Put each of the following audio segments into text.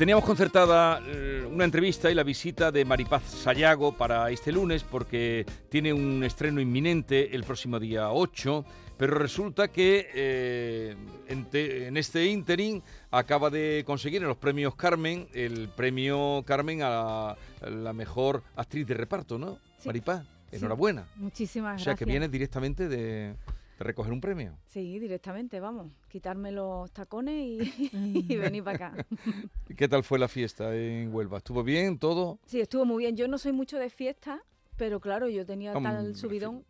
Teníamos concertada una entrevista y la visita de Maripaz Sayago para este lunes porque tiene un estreno inminente el próximo día 8, pero resulta que en este ínterin acaba de conseguir en los premios Carmen el premio Carmen a la mejor actriz de reparto, ¿no? Sí. Maripaz, enhorabuena. Sí. Muchísimas gracias. O sea, que vienes directamente de recoger un premio. Sí, directamente, vamos, quitarme los tacones y venir para acá. ¿Qué tal fue la fiesta en Huelva? ¿Estuvo bien todo? Sí, estuvo muy bien. Yo no soy mucho de fiesta, pero claro, yo tenía tal subidón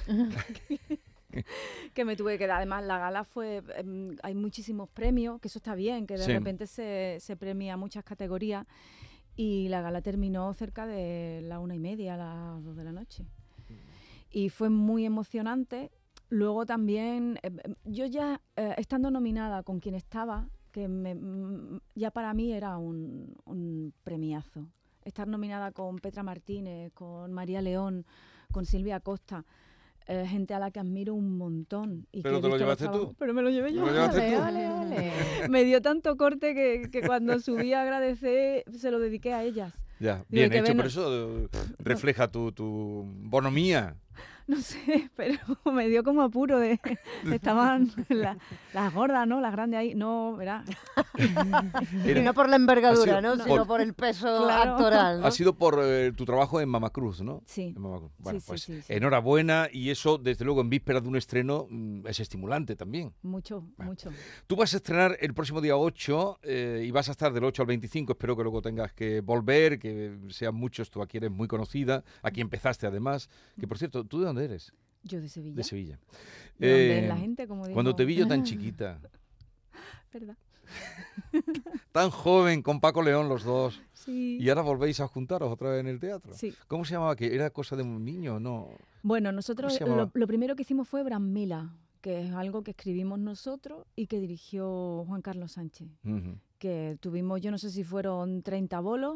que me tuve que dar. Además, la gala fue... hay muchísimos premios, que eso está bien, que de repente se premia muchas categorías, y la gala terminó cerca de las 1:30, a las 2 de la noche. Y fue muy emocionante. Luego también, yo ya estando nominada con quien estaba, que ya para mí era un premiazo. Estar nominada con Petra Martínez, con María León, con Silvia Costa, gente a la que admiro un montón. Y ¿Pero que te lo llevaste tú? Pero me lo llevé yo. ¿Lo llevaste tú? Vale. Me dio tanto corte que cuando subí a agradecer se lo dediqué a ellas. Ya, bien hecho, pero eso refleja tu bonomía. No sé, pero me dio como apuro de... Estaban las gordas, ¿no? Las grandes ahí. No, verá. Y no por la envergadura, ¿no? Sino por el peso actoral, ¿no? Ha sido por tu trabajo en Mamacruz, ¿no? Sí. En Mamacruz. Bueno, sí, pues sí. enhorabuena, y eso, desde luego, en vísperas de un estreno es estimulante también. Mucho. Tú vas a estrenar el próximo día 8 y vas a estar del 8 al 25. Espero que luego tengas que volver, que sean muchos. Tú aquí eres muy conocida, aquí empezaste además. Que, por cierto, ¿tú de dónde eres? Yo de Sevilla. De Sevilla. ¿De dónde es la gente, como digo? Cuando te vi yo tan chiquita. ¿Verdad? Tan joven, con Paco León los dos. Sí. Y ahora volvéis a juntaros otra vez en el teatro. Sí. ¿Cómo se llamaba? ¿Que era cosa de un niño? No. Bueno, nosotros lo primero que hicimos fue Brasmila, que es algo que escribimos nosotros y que dirigió Juan Carlos Sánchez. Uh-huh. Que tuvimos, yo no sé si fueron 30 bolos.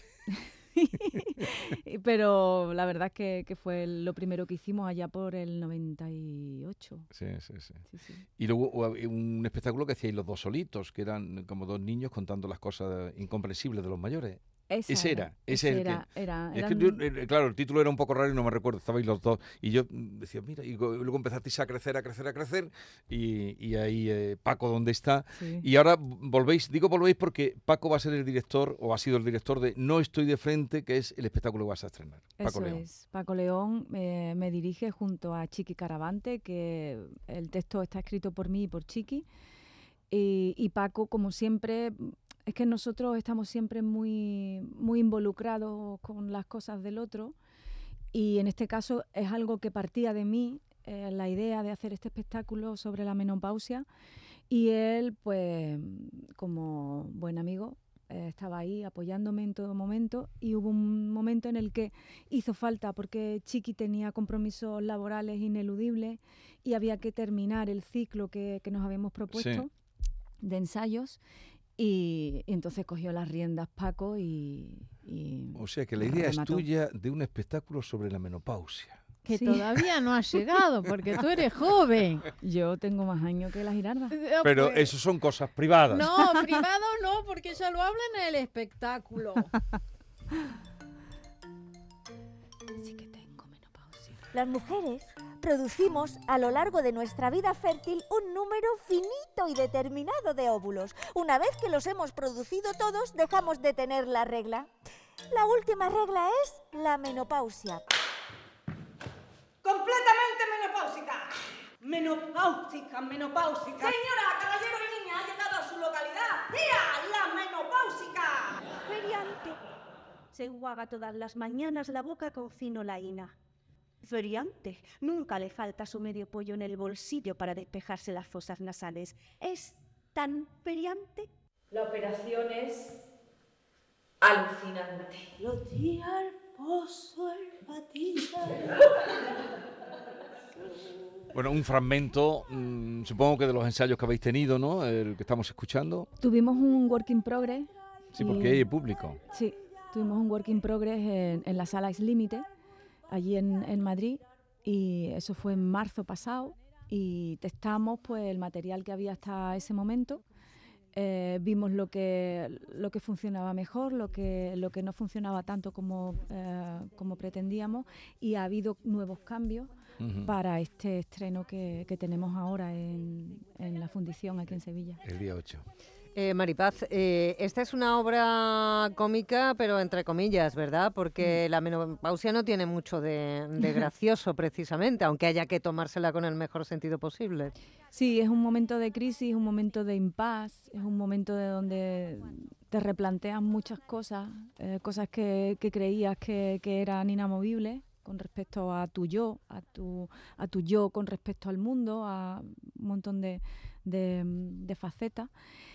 Pero la verdad es que fue lo primero que hicimos allá por el 98. Sí. Y luego un espectáculo que hacíais los dos solitos, que eran como dos niños contando las cosas incomprensibles de los mayores. Ese era. Claro, el título era un poco raro y no me recuerdo, estabais los dos. Y yo decía, mira, y luego empezasteis a crecer, y ahí Paco, ¿dónde está? Sí. Y ahora volvéis porque Paco va a ser el director, o ha sido el director de No estoy de frente, que es el espectáculo que vas a estrenar. Paco León. Es. Paco León me dirige junto a Chiqui Caravante, que el texto está escrito por mí y por Chiqui. Y Paco, como siempre... Es que nosotros estamos siempre muy involucrados con las cosas del otro, y en este caso es algo que partía de mí, la idea de hacer este espectáculo sobre la menopausia, y él, pues, como buen amigo, estaba ahí apoyándome en todo momento, y hubo un momento en el que hizo falta porque Chiqui tenía compromisos laborales ineludibles y había que terminar el ciclo que nos habíamos propuesto de ensayos. Y entonces cogió las riendas Paco y o sea que la idea es tuya de un espectáculo sobre la menopausia. Que todavía no ha llegado, porque tú eres joven. Yo tengo más años que la Girarda. Pero eso son cosas privadas. No, privado no, porque ya lo hablan en el espectáculo. Sí que tengo menopausia. Las mujeres producimos a lo largo de nuestra vida fértil un número finito y determinado de óvulos. Una vez que los hemos producido todos, dejamos de tener la regla. La última regla es la menopausia. ¡Completamente menopáusica! Menopáusica. Señora, caballero y niña, ha llegado a su localidad. ¡Tía, la menopáusica! Feriante. Se enjuaga todas las mañanas la boca con cinolaína. Feriante. Nunca le falta su medio pollo en el bolsillo para despejarse las fosas nasales. ¿Es tan feriante? La operación es alucinante. Lo di al pozo el patita. Bueno, un fragmento, supongo que de los ensayos que habéis tenido, ¿no? El que estamos escuchando. Tuvimos un work in progress. Sí, porque hay público. Sí, tuvimos un work in progress en la sala Ex Límite, allí en Madrid, y eso fue en marzo pasado, y testamos pues el material que había hasta ese momento, vimos lo que funcionaba mejor, lo que no funcionaba tanto como pretendíamos, y ha habido nuevos cambios para este estreno que tenemos ahora en la Fundición aquí en Sevilla. El día 8. Maripaz, esta es una obra cómica, pero entre comillas, ¿verdad? Porque la menopausia no tiene mucho de gracioso, precisamente, aunque haya que tomársela con el mejor sentido posible. Sí, es un momento de crisis, un momento de impas, es un momento de donde te replanteas muchas cosas, cosas que creías que eran inamovibles con respecto a tu yo, a tu yo con respecto al mundo, a un montón de facetas.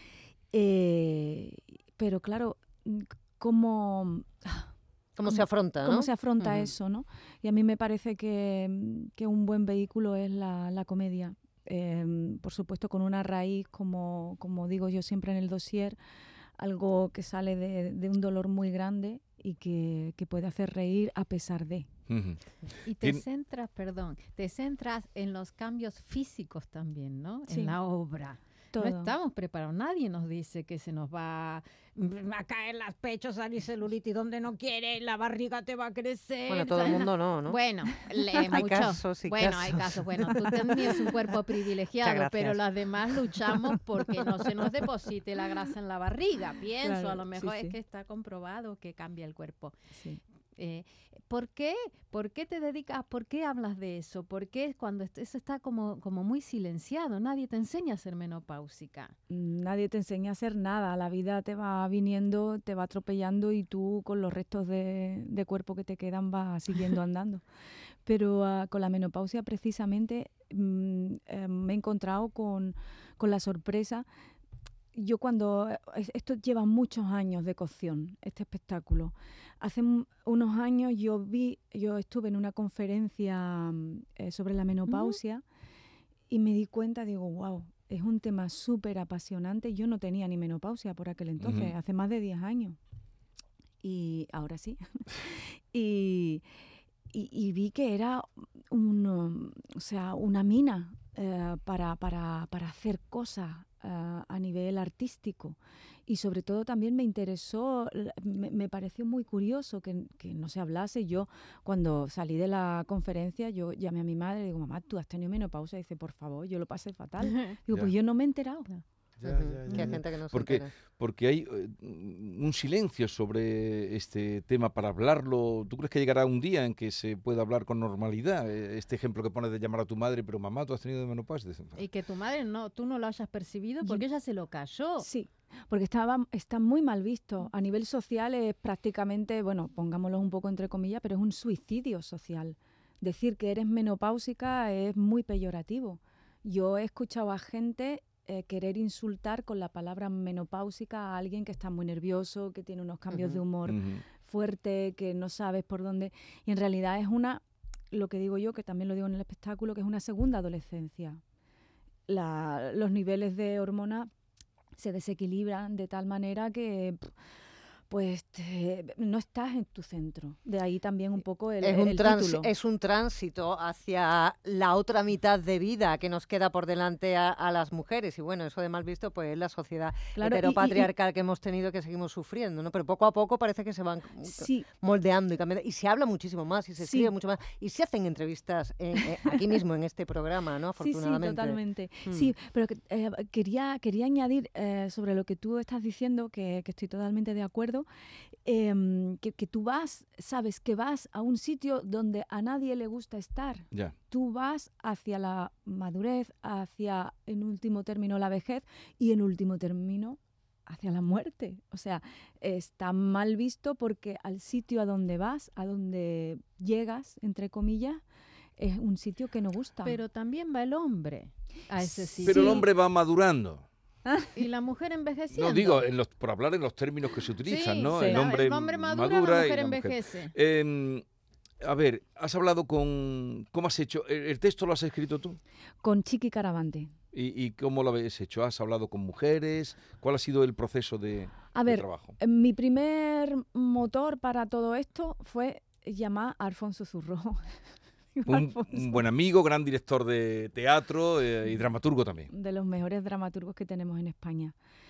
Pero claro, ¿cómo se afronta, ¿no? ¿Cómo se afronta eso, no? Y a mí me parece que un buen vehículo es la comedia. Por supuesto, con una raíz, como digo yo siempre en el dossier, algo que sale de un dolor muy grande y que puede hacer reír a pesar de. Y te centras en los cambios físicos también, ¿no? Sí. En la obra. Todo. No estamos preparados. Nadie nos dice que se nos va a caer los pechos, salir celulitis donde no quiere, la barriga te va a crecer. Bueno, todo el mundo no. Bueno, hay casos y casos. Hay casos. Bueno, tú tenías un cuerpo privilegiado, pero las demás luchamos porque no se nos deposite la grasa en la barriga. Pienso, claro, a lo mejor sí. es que está comprobado que cambia el cuerpo. Sí. ¿Por qué? ¿Por qué te dedicas? ¿Por qué hablas de eso? ¿Por qué cuando eso está como muy silenciado? Nadie te enseña a ser menopáusica. Nadie te enseña a hacer nada. La vida te va viniendo, te va atropellando y tú con los restos de cuerpo que te quedan vas siguiendo andando. Pero con la menopausia precisamente me he encontrado con la sorpresa. Yo esto lleva muchos años de cocción, este espectáculo. Hace unos años yo estuve en una conferencia sobre la menopausia y me di cuenta, digo, wow, es un tema súper apasionante. Yo no tenía ni menopausia por aquel entonces, hace más de 10 años. Y ahora sí. y vi que era una mina para hacer cosas a nivel artístico, y sobre todo también me interesó, me pareció muy curioso que no se hablase. Yo cuando salí de la conferencia yo llamé a mi madre y digo, mamá, ¿tú has tenido menopausia? Y dice, por favor, yo lo pasé fatal. Digo, pues yo no me he enterado. Que hay gente que no se entera. Porque hay un silencio sobre este tema para hablarlo. ¿Tú crees que llegará un día en que se pueda hablar con normalidad? Este ejemplo que pones de llamar a tu madre, pero mamá, ¿tú has tenido menopausia? Y que tu madre tú no lo hayas percibido porque ella se lo calló. Sí, porque está muy mal visto. A nivel social es prácticamente, bueno, pongámoslo un poco entre comillas, pero es un suicidio social. Decir que eres menopáusica es muy peyorativo. Yo he escuchado a gente querer insultar con la palabra menopáusica a alguien que está muy nervioso, que tiene unos cambios de humor fuerte, que no sabes por dónde. Y en realidad es lo que digo yo, que también lo digo en el espectáculo, que es una segunda adolescencia. Los niveles de hormonas se desequilibran de tal manera que no estás en tu centro. De ahí también un poco el título. Es un tránsito hacia la otra mitad de vida que nos queda por delante a las mujeres. Y bueno, eso de mal visto, pues es la sociedad heteropatriarcal que hemos tenido, que seguimos sufriendo, ¿no? Pero poco a poco parece que se van moldeando y cambiando. Y se habla muchísimo más, y se escribe mucho más. Y se hacen entrevistas aquí mismo en este programa, ¿no? Afortunadamente. Sí, totalmente. Sí, pero quería añadir sobre lo que tú estás diciendo, que estoy totalmente de acuerdo. Que tú sabes que vas a un sitio donde a nadie le gusta estar. Yeah. Tú vas hacia la madurez, hacia, en último término, la vejez, y en último término, hacia la muerte. O sea, está mal visto porque al sitio a donde vas, a donde llegas, entre comillas, es un sitio que no gusta. Pero también va el hombre a ese sitio. Pero el hombre va madurando. Y la mujer envejeciendo. No, digo, por hablar en los términos que se utilizan, ¿no? Sí. El hombre madura, la mujer y envejece. A ver, has hablado ¿cómo has hecho? ¿El texto lo has escrito tú? Con Chiqui Caravante. ¿Y cómo lo habéis hecho? ¿Has hablado con mujeres? ¿Cuál ha sido el proceso de trabajo? Mi primer motor para todo esto fue llamar a Alfonso Zurro. Un buen amigo, gran director de teatro y dramaturgo también. De los mejores dramaturgos que tenemos en España.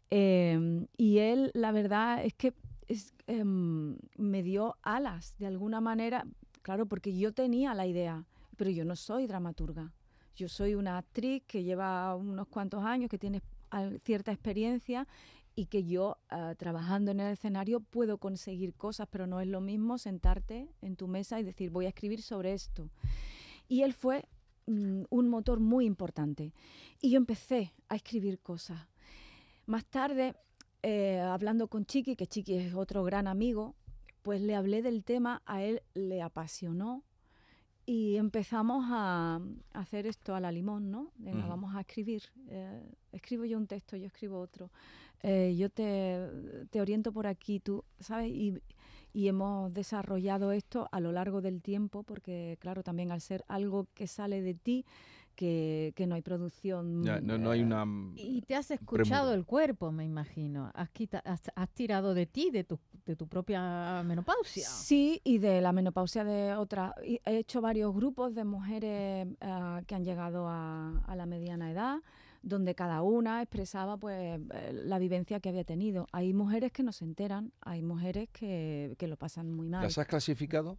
Y él, la verdad es que me dio alas, de alguna manera, claro, porque yo tenía la idea, pero yo no soy dramaturga. Yo soy una actriz que lleva unos cuantos años, que tiene cierta experiencia y que yo, trabajando en el escenario, puedo conseguir cosas, pero no es lo mismo sentarte en tu mesa y decir, voy a escribir sobre esto. Y él fue un motor muy importante. Y yo empecé a escribir cosas. Más tarde, hablando con Chiqui, que Chiqui es otro gran amigo, pues le hablé del tema, a él le apasionó y empezamos a hacer esto a la limón, ¿no? Venga, vamos a escribir. Escribo yo un texto, yo escribo otro. Yo te oriento por aquí, tú, ¿sabes? Y hemos desarrollado esto a lo largo del tiempo, porque, claro, también al ser algo que sale de ti, que no hay producción. Ya, no hay una... Y te has escuchado el cuerpo, me imagino. Has tirado de ti, de tu propia menopausia. Sí, y de la menopausia de otra. He hecho varios grupos de mujeres que han llegado a la mediana edad, donde cada una expresaba pues la vivencia que había tenido. Hay mujeres que no se enteran, hay mujeres que lo pasan muy mal. ¿Las has clasificado?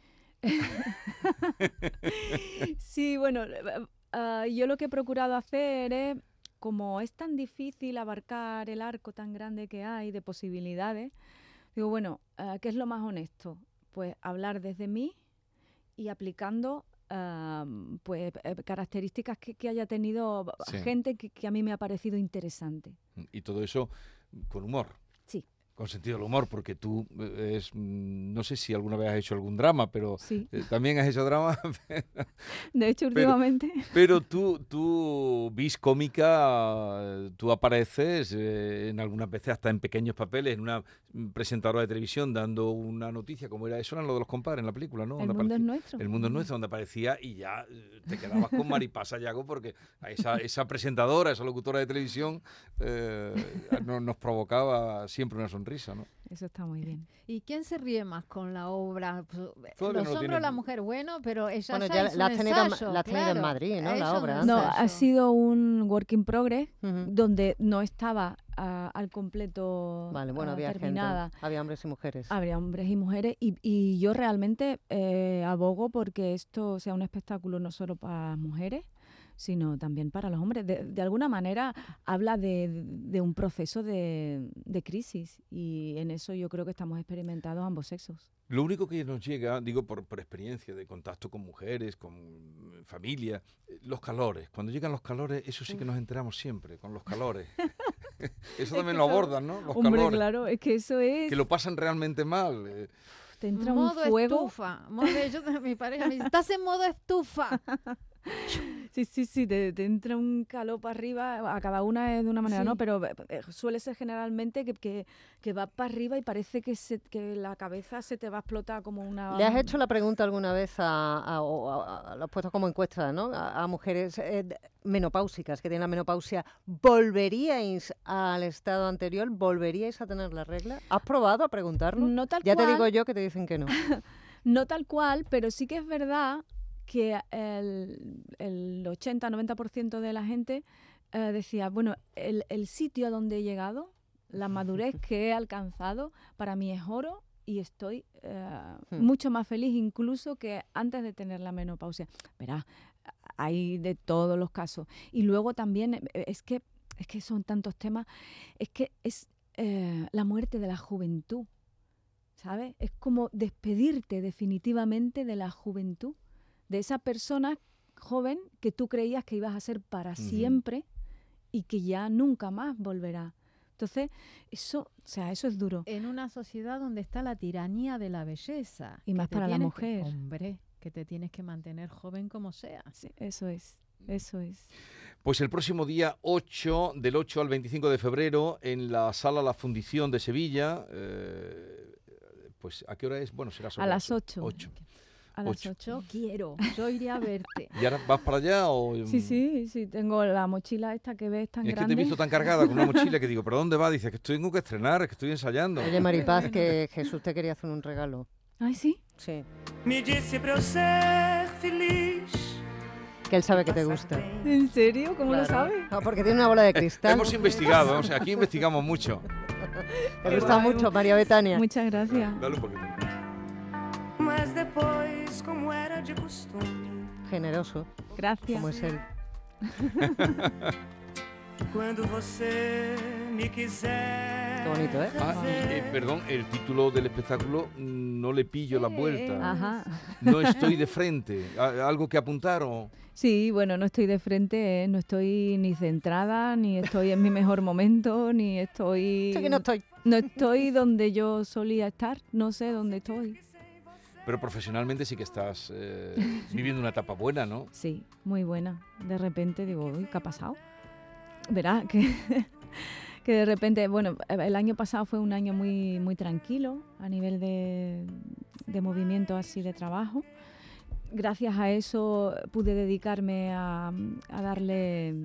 Sí, bueno, yo lo que he procurado hacer es, como es tan difícil abarcar el arco tan grande que hay de posibilidades, digo, bueno, ¿qué es lo más honesto? Pues hablar desde mí y aplicando pues características que haya tenido gente que a mí me ha parecido interesante. Y todo eso con humor. Sí. Con sentido del humor, porque tú no sé si alguna vez has hecho algún drama, pero sí. También has hecho drama. De hecho, últimamente. Pero tú, vis cómica, tú apareces en algunas veces hasta en pequeños papeles, en una presentadora de televisión dando una noticia, como era eso, eran lo de los compadres en la película, ¿no? El mundo es nuestro. El mundo es nuestro, donde aparecía y ya te quedabas con Maripaz Sayago, porque esa presentadora, esa locutora de televisión nos provocaba siempre una sonrisa, ¿no? Eso está muy bien. ¿Y quién se ríe más con la obra? Todavía Los hombres o la mujer, bueno, pero ella bueno, ya la has tenido, ensayo, la has tenido claro. en Madrid, ¿no? La obra. No, ha sido un work in progress, Uh-huh. donde no estaba al completo Vale, bueno, había terminada. gente, había hombres y mujeres. Habría hombres y mujeres, y yo realmente abogo porque esto sea un espectáculo no solo para las mujeres, sino también para los hombres. De alguna manera habla de un proceso de crisis, y en eso yo creo que estamos experimentados ambos sexos. Lo único que nos llega, digo por experiencia de contacto con mujeres, con familia, los calores. Cuando llegan los calores, eso sí que nos enteramos siempre, con los calores. Eso también lo abordan, ¿no? Los hombre, calores. Claro, es que eso es... Que lo pasan realmente mal. Te entra modo un fuego... estufa. Mi pareja me dice, estás en modo estufa. Sí, te entra un calor para arriba, a cada una es de una manera, Sí. ¿no? Pero suele ser generalmente que va para arriba y parece que la cabeza se te va a explotar como una... ¿Le has hecho la pregunta alguna vez lo has puesto como encuesta, ¿no? A mujeres menopáusicas que tienen la menopausia, ¿volveríais al estado anterior? ¿Volveríais a tener la regla? ¿Has probado a preguntarlo? No tal ya cual. te digo yo que te dicen que no. No tal cual, pero sí que es verdad que el 80-90% de la gente decía, bueno, el sitio a donde he llegado, la madurez que he alcanzado, para mí es oro y estoy mucho más feliz incluso que antes de tener la menopausia. Verás, hay de todos los casos. Y luego también es que son tantos temas, es que es la muerte de la juventud, ¿sabes? Es como despedirte definitivamente de la juventud, de esa persona joven que tú creías que ibas a ser para siempre y que ya nunca más volverá. Entonces, eso es duro. En una sociedad donde está la tiranía de la belleza. Y más para la mujer. Hombre, que te tienes que mantener joven como sea. Sí, eso es. Pues el próximo día 8, del 8 al 25 de febrero, en la Sala La Fundición de Sevilla, pues ¿a qué hora es? Bueno, será sobre a las 8. 8. A las 8. Yo iré a verte. ¿Y ahora vas para allá? O... Sí, tengo la mochila esta que ves tan grande. Es que te he visto tan cargada con una mochila que digo, ¿pero dónde va? Dice que tengo que estrenar, que estoy ensayando. Oye, Maripaz, que Jesús te quería hacer un regalo. ¿Ay, sí? Sí. Me disse para eu ser feliz. que él sabe que te gusta. ¿En serio? ¿Cómo lo sabe? No, porque tiene una bola de cristal. Hemos investigado, o sea, aquí investigamos mucho. Me gusta mucho, María Betania. Muchas gracias. Dale un poquito. Generoso, Gracias. como es él. Qué bonito, ¿eh? Perdón, el título del espectáculo, no le pillo la vuelta. Ajá. No estoy de frente. ¿Algo que apuntar o...? Sí, bueno, no estoy de frente, no estoy ni centrada, ni estoy en mi mejor momento, ni estoy... Sí que no estoy. No estoy donde yo solía estar, no sé dónde estoy. Pero profesionalmente sí que estás viviendo una etapa buena, ¿no? Sí, muy buena. De repente digo, uy, ¿qué ha pasado? Verá que, que de repente, bueno, el año pasado fue un año muy, muy tranquilo a nivel de movimiento así de trabajo. Gracias a eso pude dedicarme a darle,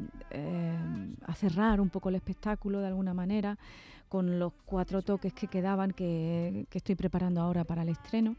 a cerrar un poco el espectáculo de alguna manera con los 4 toques que quedaban que estoy preparando ahora para el estreno.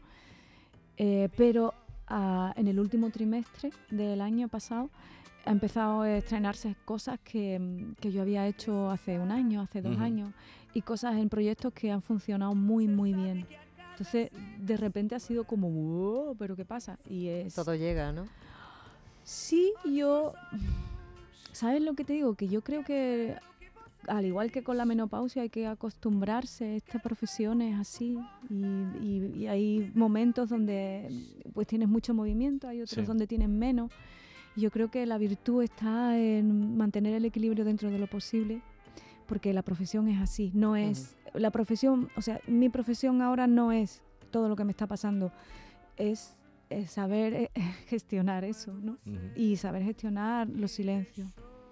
Pero en el último trimestre del año pasado ha empezado a estrenarse cosas que yo había hecho hace un año, hace 2 años, y cosas en proyectos que han funcionado muy, muy bien. Entonces, de repente ha sido como, wow, ¿pero qué pasa? Y todo llega, ¿no? Sí, ¿sabes lo que te digo? Que yo creo que, al igual que con la menopausia, hay que acostumbrarse. Esta profesión es así. Y hay momentos donde pues tienes mucho movimiento, hay otros donde tienes menos. Y yo creo que la virtud está en mantener el equilibrio dentro de lo posible, porque la profesión es así, no es... La profesión, o sea, mi profesión ahora no es todo lo que me está pasando, es saber gestionar eso, ¿no? Y saber gestionar los silencios.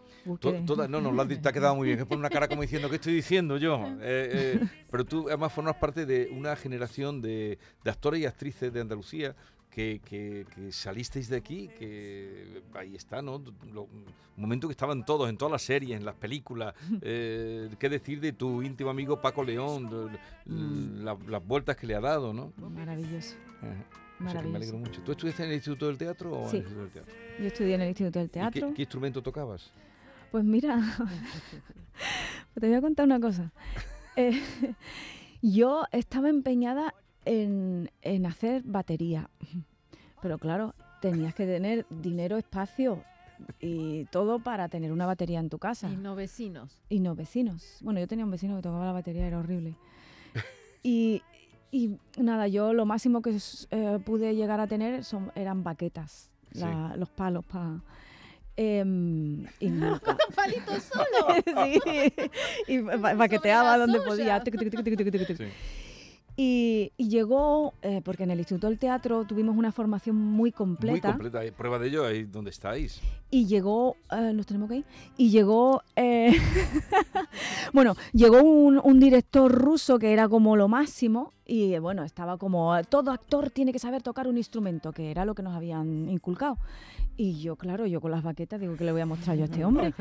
Te ha quedado muy bien. Es poner una cara como diciendo, ¿qué estoy diciendo yo? Pero tú además formas parte de una generación de actores y actrices de Andalucía que salisteis de aquí, que ahí está, ¿no? Un momento que estaban todos, en todas las series, en las películas. ¿Qué decir de tu íntimo amigo Paco León? Las vueltas que le ha dado, ¿no? Maravilloso. O sea, que me alegro mucho. ¿Tú estudiaste en el Instituto del Teatro o sí, en el Instituto del Teatro? Yo estudié en el Instituto del Teatro. ¿Qué instrumento tocabas? Pues mira, te voy a contar una cosa. Yo estaba empeñada en hacer batería, pero claro, tenías que tener dinero, espacio y todo para tener una batería en tu casa. Y no vecinos. Y no vecinos. Bueno, yo tenía un vecino que tocaba la batería, era horrible. Y nada, yo lo máximo que pude llegar a tener eran baquetas, los palos para... y nunca. ¿Palito solo? Sí, y baqueteaba donde podía. Sí. Y llegó, porque en el Instituto del Teatro tuvimos una formación muy completa. Muy completa, hay prueba de ello ahí donde estáis. Y llegó, nos tenemos que ir, y llegó, bueno, llegó un director ruso que era como lo máximo, y bueno, estaba como, todo actor tiene que saber tocar un instrumento, que era lo que nos habían inculcado. Y yo, claro, yo con las baquetas digo, ¿qué le voy a mostrar yo a este hombre?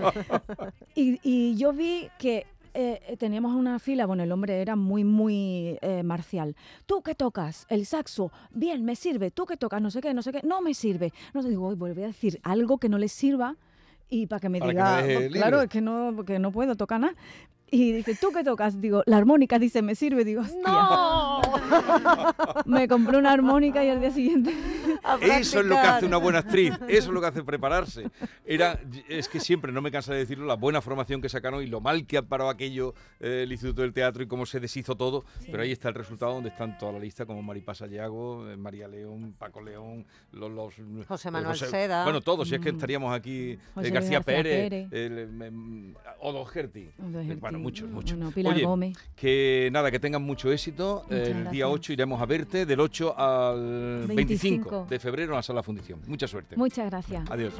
y yo vi que teníamos una fila, bueno, el hombre era muy, muy marcial. ¿Tú qué tocas? El saxo. Bien, me sirve. ¿Tú qué tocas? No sé qué, no me sirve. No sé, digo, voy a decir algo que no le sirva y para que me diga, claro, es que no, porque no puedo tocar nada. Y dice, ¿tú qué tocas? Digo, la armónica. Dice, me sirve. Digo, hostia. ¡No! Me compré una armónica y al día siguiente... Eso es lo que hace una buena actriz. Eso es lo que hace prepararse. Es que siempre, no me cansa de decirlo, la buena formación que sacaron y lo mal que ha parado aquello el Instituto del Teatro y cómo se deshizo todo. Sí. Pero ahí está el resultado donde están toda la lista, como Maripaz Sayago, María León, Paco León, José Manuel Seda. Bueno, todos. Si es que estaríamos aquí, García Pérez, Odo Gerti. Bueno, muchos. Bueno, Pilar Gómez. Que nada, que tengan mucho éxito. El día 8 iremos a verte, del 8 al 25 de febrero en la Sala Fundición. Mucha suerte. Muchas gracias. Adiós.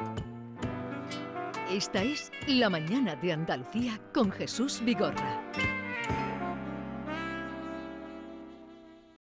Esta es La Mañana de Andalucía con Jesús Vigorra.